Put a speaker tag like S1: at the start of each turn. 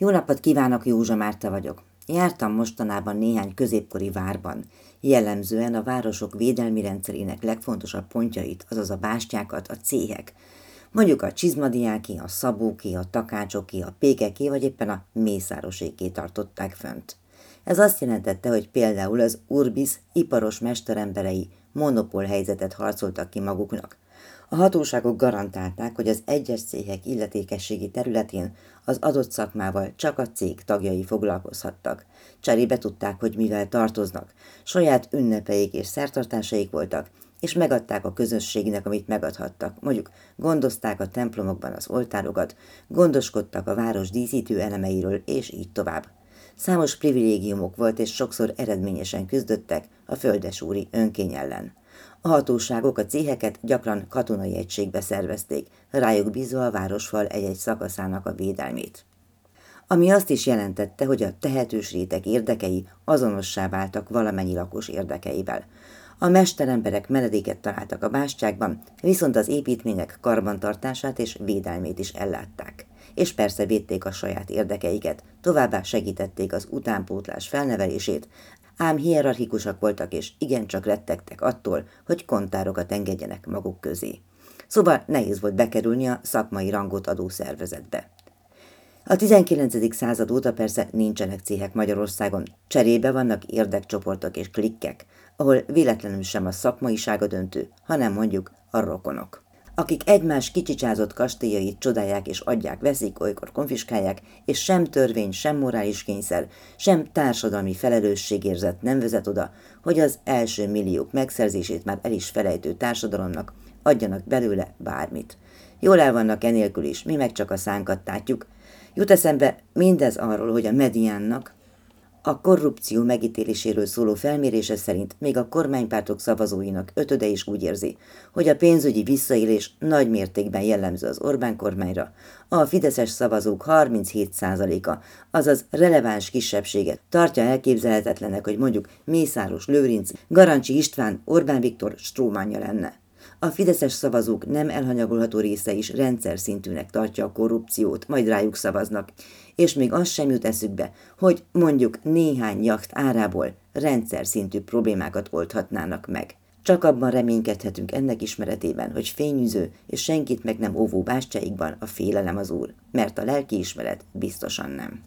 S1: Jó napot kívánok, Józsa Márta vagyok. Jártam mostanában néhány középkori várban, jellemzően a városok védelmi rendszerének legfontosabb pontjait, azaz a bástyákat, a céhek. Mondjuk a Csizmadiáké, a Szabóké, a Takácsoké, a Pékeké vagy éppen a Mészároséké tartották fönt. Ez azt jelentette, hogy például az Urbis iparos mesteremberei monopól helyzetet harcoltak ki maguknak. A hatóságok garantálták, hogy az egyes céhek illetékességi területén az adott szakmával csak a cég tagjai foglalkozhattak. Cserébe tudták, hogy mivel tartoznak. Saját ünnepeik és szertartásaik voltak, és megadták a közösségnek, amit megadhattak. Mondjuk gondozták a templomokban az oltárokat, gondoskodtak a város díszítő elemeiről, és így tovább. Számos privilégiumok volt, és sokszor eredményesen küzdöttek a földesúri önkény ellen. A hatóságok a céheket gyakran katonai egységbe szervezték, rájuk bízva a városfal egy-egy szakaszának a védelmét. Ami azt is jelentette, hogy a tehetős réteg érdekei azonossá váltak valamennyi lakos érdekeivel. A mesteremberek menedéket találtak a bástyákban, viszont az építmények karbantartását és védelmét is ellátták. És persze védték a saját érdekeiket, továbbá segítették az utánpótlás felnevelését, ám hierarchikusak voltak és igencsak rettegtek attól, hogy kontárokat engedjenek maguk közé. Szóval nehéz volt bekerülni a szakmai rangot adó szervezetbe. A 19. század óta persze nincsenek céhek Magyarországon, cserébe vannak érdekcsoportok és klikkek, ahol véletlenül sem a szakmaiság a döntő, hanem mondjuk a rokonok, akik egymás kicsicsázott kastélyait csodálják és adják, veszik, olykor konfiskálják, és sem törvény, sem morális kényszer, sem társadalmi felelősségérzet nem vezet oda, hogy az első milliók megszerzését már el is felejtő társadalomnak adjanak belőle bármit. Jól el vannak enélkül is, mi meg csak a szánkat tátjuk. Jut eszembe mindez arról, hogy a Mediánnak a korrupció megítéléséről szóló felmérése szerint még a kormánypártok szavazóinak ötöde is úgy érzi, hogy a pénzügyi visszaélés nagy mértékben jellemző az Orbán kormányra. A fideszes szavazók 37%-a, azaz releváns kisebbséget tartja elképzelhetetlenek, hogy mondjuk Mészáros Lőrinc, Garancsi István, Orbán Viktor strómanja lenne. A fideszes szavazók nem elhanyagolható része is rendszer szintűnek tartja a korrupciót, majd rájuk szavaznak, és még az sem jut eszükbe, hogy mondjuk néhány jacht árából rendszer szintű problémákat oldhatnának meg. Csak abban reménykedhetünk ennek ismeretében, hogy fényűző és senkit meg nem óvó bástyáikban a félelem az úr, mert a lelkiismeret biztosan nem.